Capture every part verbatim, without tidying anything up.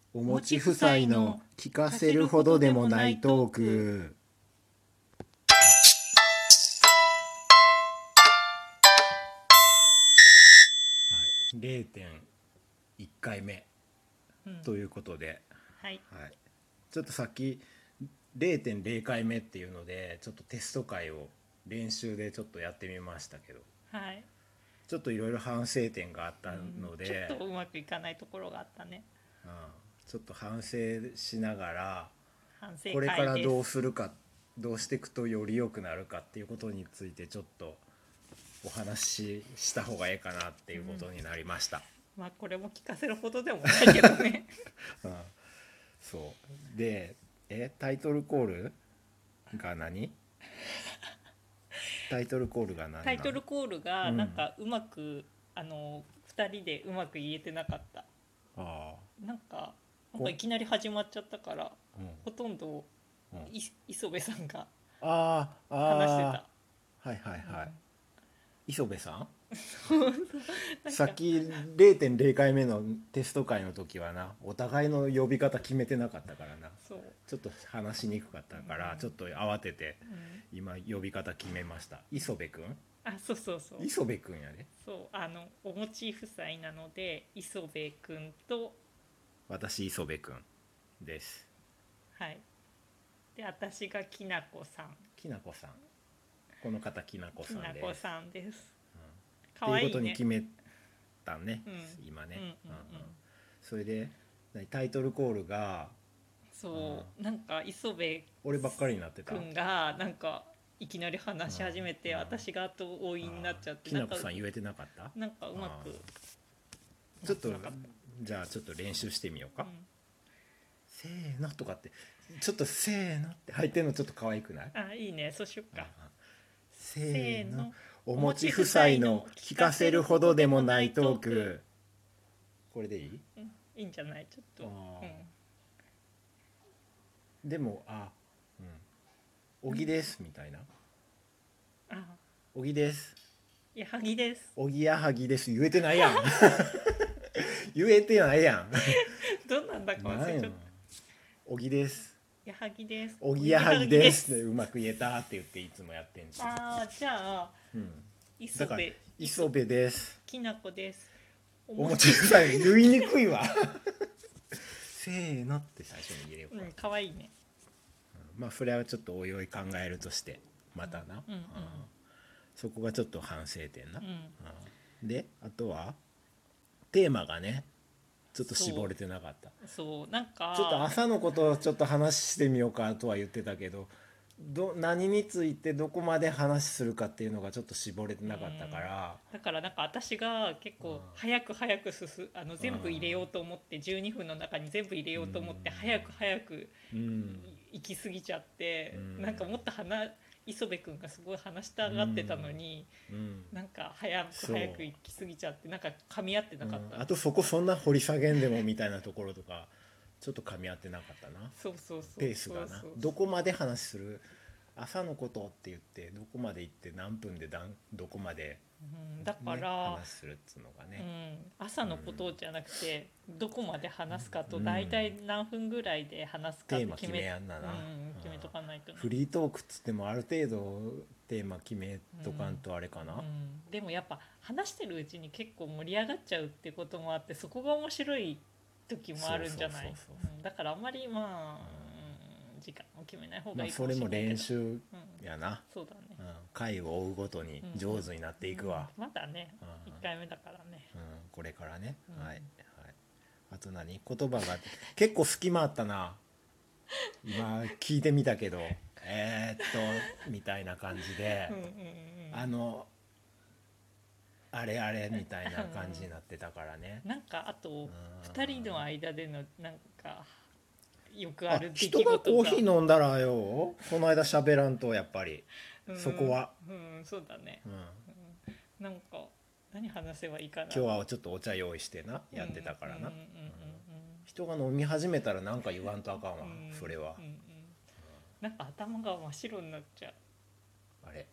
おもち夫妻の聞かせるほどでもないトーク。はい、れいてんいっかいめということで、 うん、はい、 はい、ちょっとさっき れいてんゼロ 回目っていうのでちょっとテスト会を練習でちょっとやってみましたけど、 はい、 ちょっといろいろ反省点があったので、 うん、ちょっとうまくいかないところがあったね。 うん、ちょっと反省しながら反省これから会です。 どうするか、どうしていくとより良くなるかっていうことについてちょっとお話しした方がいいかなっていうことになりました、 うん、まあこれも聞かせるほどでもないけどね、 うん、そうで、えタイトルコールが何タイトルコールが何なの？ タイトルコールがなんかうまく、うん、あのふたりでうまく言えてなかった。 あなんかなんかいきなり始まっちゃったから、 うん、 ほとんど、うん、磯部さんがあ話してた。 あはいはいはい、うん、磯部さんんさっき れいてんゼロ 回目のテスト会の時はな、お互いの呼び方決めてなかったからな、 そうちょっと話しにくかったから、うん、ちょっと慌てて今呼び方決めました。磯部くん。 あ、そうそうそう、 磯部くんやね。 そう、あのおもち夫妻なので磯部くんと私磯部くんです。 はい。で私がきなこさん。 きなこさん。この方きなこさんです。 きなこさんです。 うん、かわいいね。っていうことに決めたね、うん、今ね。 うんうんうん、 それでタイトルコールがそう、うん、なんか磯部俺ばっかりになってた。 くんがなんかいきなり話し始めて、うん、私が後追いになっちゃって、 きなこさん言えてなかった？ なんかうまくちょっとじゃあちょっと練習してみようか、うん、せーのとかってちょっとせーのって入ってるのちょっと可愛くない？ あ、いいね、そうしよっか。 せーの、おもち夫妻の聞かせるほどでもないトーク。これでいい？ うん、いいんじゃない？ちょっと、 うん、でもあ、うん、おぎですみたいな。 あ、 おぎです。 やはぎです。 おぎやはぎです言えてないやん。言えてないやん。 どうなんだか忘れちゃった。 おぎです。 やはぎです。 おぎやはぎですね、うまく言えたって言っていつもやってんじゃん。 ああ、じゃあ、うん、磯部磯部です。 きなこです。 おもち夫妻言いにくいわ。せーのって最初に言えようか。 うん、かわいいね。 まあそれはちょっとおいおい考えるとしてまたな、うんうんうん、そこがちょっと反省点な、うんうん、であとはテーマがねちょっと絞れてなかった。 そう、なんかちょっと朝のことをちょっと話してみようかとは言ってたけど、ど何についてどこまで話するかっていうのがちょっと絞れてなかったから、 だからなんか私が結構早く早く進あの全部入れようと思ってじゅうにふんの中に全部入れようと思って早く早く行き過ぎちゃって、なんかもっと話磯部くんがすごい話したがってたのに、なんか早く早く行き過ぎちゃってなんか噛み合ってなかった、 あとそこそんな掘り下げんでもみたいなところとかちょっと噛み合ってなかったな。 そうそうそう、 ペースがな、どこまで話する朝のことって言ってどこまで行って何分でだんどこまで、ね、 うん、だから、 話するっつうのがね、 うん、朝のことじゃなくて、うん、どこまで話すかと大体何分ぐらいで話すかって決め、 テーマ決めやんなな、 うん、決めとかないと、ね、 フリートークっつってもある程度テーマ決めとかんとあれかな、うんうん、でもやっぱ話してるうちに結構盛り上がっちゃうってこともあってそこが面白い時もあるんじゃない？だからあんまりまあ、うん、時間を決めない方がいいかもしれないけど、 まあ、それも練習やな、うん、 そうだね、うん、 回を追うごとに上手になっていくわ、 うんうん、まだね、うん、いっかいめだからね、 うん、これからね、うん、はい、はい、あと何言葉が結構隙間あったな今聞いてみたけどえー、っとみたいな感じでうんうん、うん、あのあれあれみたいな感じになってたからね、 なんかあとふたりの間でのなんかよくある出来事が、 人がコーヒー飲んだらよこの間喋らんとやっぱり、うん、そこは、 うん、そうだね、うんうん、なんか何話せばいいかな、 今日はちょっとお茶用意してなやってたからな、人が飲み始めたらなんか言わんとあかんわ、うん、それは、うんうん、 なんか頭が真っ白になっちゃうあれ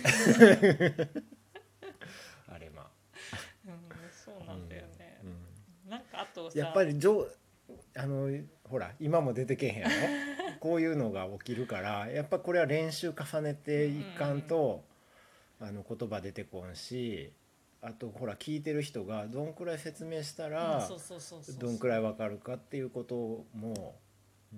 あれまあ、 うん、そうなんだよね、うんうん、なんかあとさやっぱり上あのほら今も出てけへんやろこういうのが起きるからやっぱこれは練習重ねていかんと、あの言葉出てこんし、あとほら聞いてる人がどんくらい説明したらどんくらいわかるかっていうことも、うん、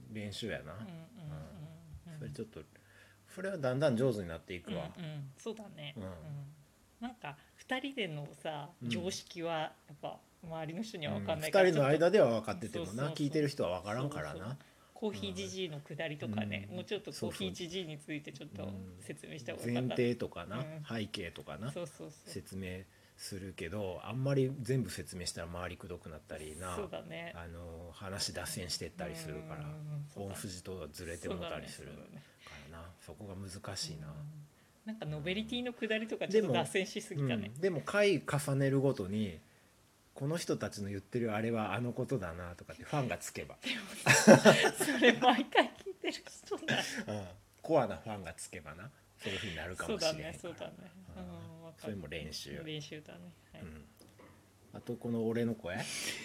練習やな。それちょっとそれはだんだん上手になっていくわ。 うんうん、そうだね、 うんうん、なんかふたりでのさ常識はやっぱ周りの人には分かんないから、 うん、ふたりの間では分かっててもな、 そうそうそう、 聞いてる人は分からんからな。そうそう、 コーヒーじじいのくだりとかね、うん、もうちょっとコーヒーじじいについてちょっと説明した方がよかった。 前提とかな、うん、背景とかな、そうそうそう説明するけど、あんまり全部説明したら回りくどくなったりな、 そうだね、 あの話脱線してったりするから、本筋とずれてもたりするからな、そこが難しいな。 なんかノベリティのくだりとかちょっと脱線しすぎたね。 でも、うん、でも回重ねるごとにこの人たちの言ってるあれはあのことだなとかってファンがつけばそれ毎回聞いてる人だ、 うん、コアなファンがつけばな、そういうふうになるかもしれないから。 そうだね、そうだね、 うん、それも練習練習だね、はい、うん、 あとこの俺の声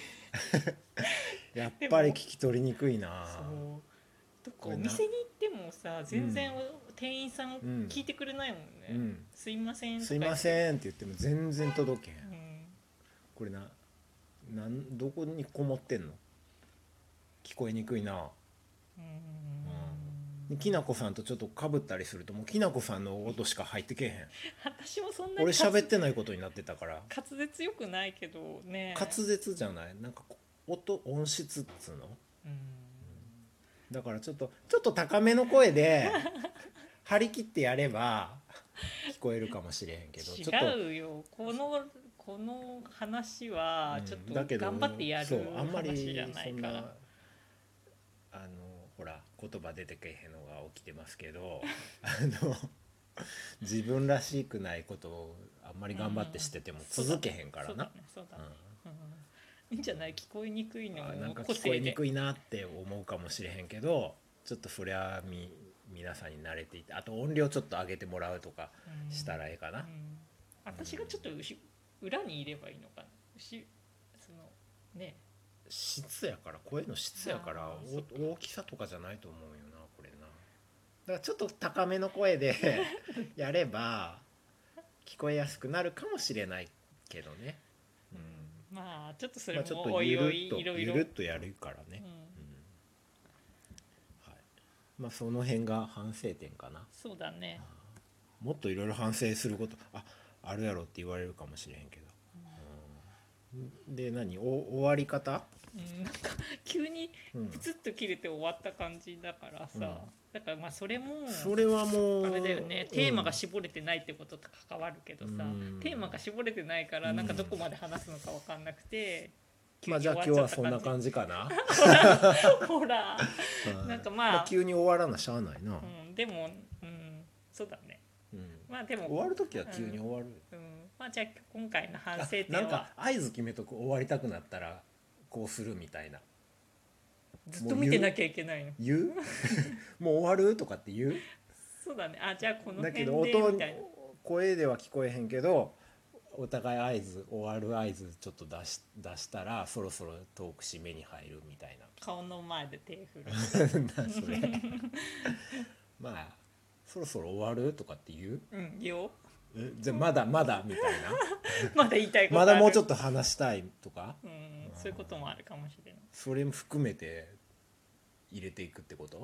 やっぱり聞き取りにくいな。 そうどこお店に行ってもさ全然店員さん聞いてくれないもんね、うん、すいませんすいませんって言っても全然届けへん、うん、これな、なんどこにこもってんの、聞こえにくいな。うん、うん、きなこさんとちょっとかぶったりするともうきなこさんの音しか入ってけへん私もそんなに俺喋ってないことになってたから。 滑舌よくないけどね。 滑舌じゃない、なんか音音質っつうの、うん、だからちょっとちょっと高めの声で張り切ってやれば聞こえるかもしれへんけど違うよ、このこの話はちょっと頑張ってやる話じゃないから、うん、ああのほら言葉出てけへんのが起きてますけどあの自分らしくないことをあんまり頑張ってしてても続けへんからな。 いいんじゃない、聞こえにくいのもなんか聞こえにくいなって思うかもしれへんけど、ちょっとそれはみ皆さんに慣れていて、あと音量ちょっと上げてもらうとかしたらええかな、うんうん、 私がちょっと裏にいればいいのかな、しそのね、 質やから声の質やから大きさとかじゃないと思うよなこれな。だからちょっと高めの声でやれば聞こえやすくなるかもしれないけどね、うん、 まあちょっとそれもおいおいいろいろゆるっとやるからね、うんうん、はい、まあその辺が反省点かな。 そうだね、 もっといろいろ反省すること あ, あるやろって言われるかもしれへんけど、うん、で何お終わり方、 うん、なんか急にプツッと切れて終わった感じだからさ、うん、だからまあそれもそれはもうあれだよね、テーマが絞れてないってことと関わるけどさ、うん、テーマが絞れてないからなんかどこまで話すのか分かんなくて、 うん、まあじゃあ今日はそんな感じかなほらなんかまあ、まあ、 急に終わらなしゃあないな、 うん、でも、うん、そうだね、うん、まあでも終わるときは急に終わる、 うんうん、まあじゃあ今回の反省点はなんか合図決めとく、終わりたくなったらこうするみたいな、 ずっと見てなきゃいけないの言うもう終わるとかって言うそうだね、あじゃあこの辺でだけど音みたいな、声では聞こえへんけどお互い合図、終わる合図ちょっと出し、出したらそろそろトーク締めに入るみたいな、 顔の前で手振るなそれまあそろそろ終わるとかって言う、 うん言おう、 えじゃあまだまだみたいなまだ言いたいことある、まだもうちょっと話したいとか、 うん、そういうこともあるかもしれない。 それも含めて入れていくってこと、うん、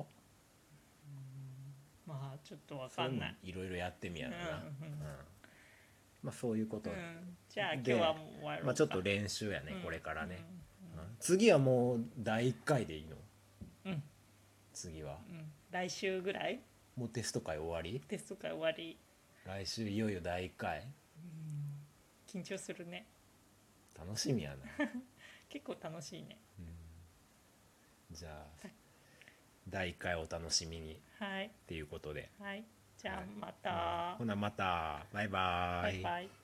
まあちょっとわかんない、 いろいろやってみやろな、うんうんうん、まあそういうこと、うん、 じゃあ今日はもう終わろうか、 まあ、ちょっと練習やね、うん、これからね、うんうん、次はもうだいいっかいでいいの、うん、次は、 うん、来週ぐらい、 もうテスト会終わり、 テスト会終わり、 来週いよいよだいいっかい、 うん、緊張するね、 楽しみやな結構楽しいね、 うん、じゃあだいいっかいお楽しみに、 はい、 っていうことで、 はい、じゃあまた、 はい、ほなまたバイバイ、 バイバイ。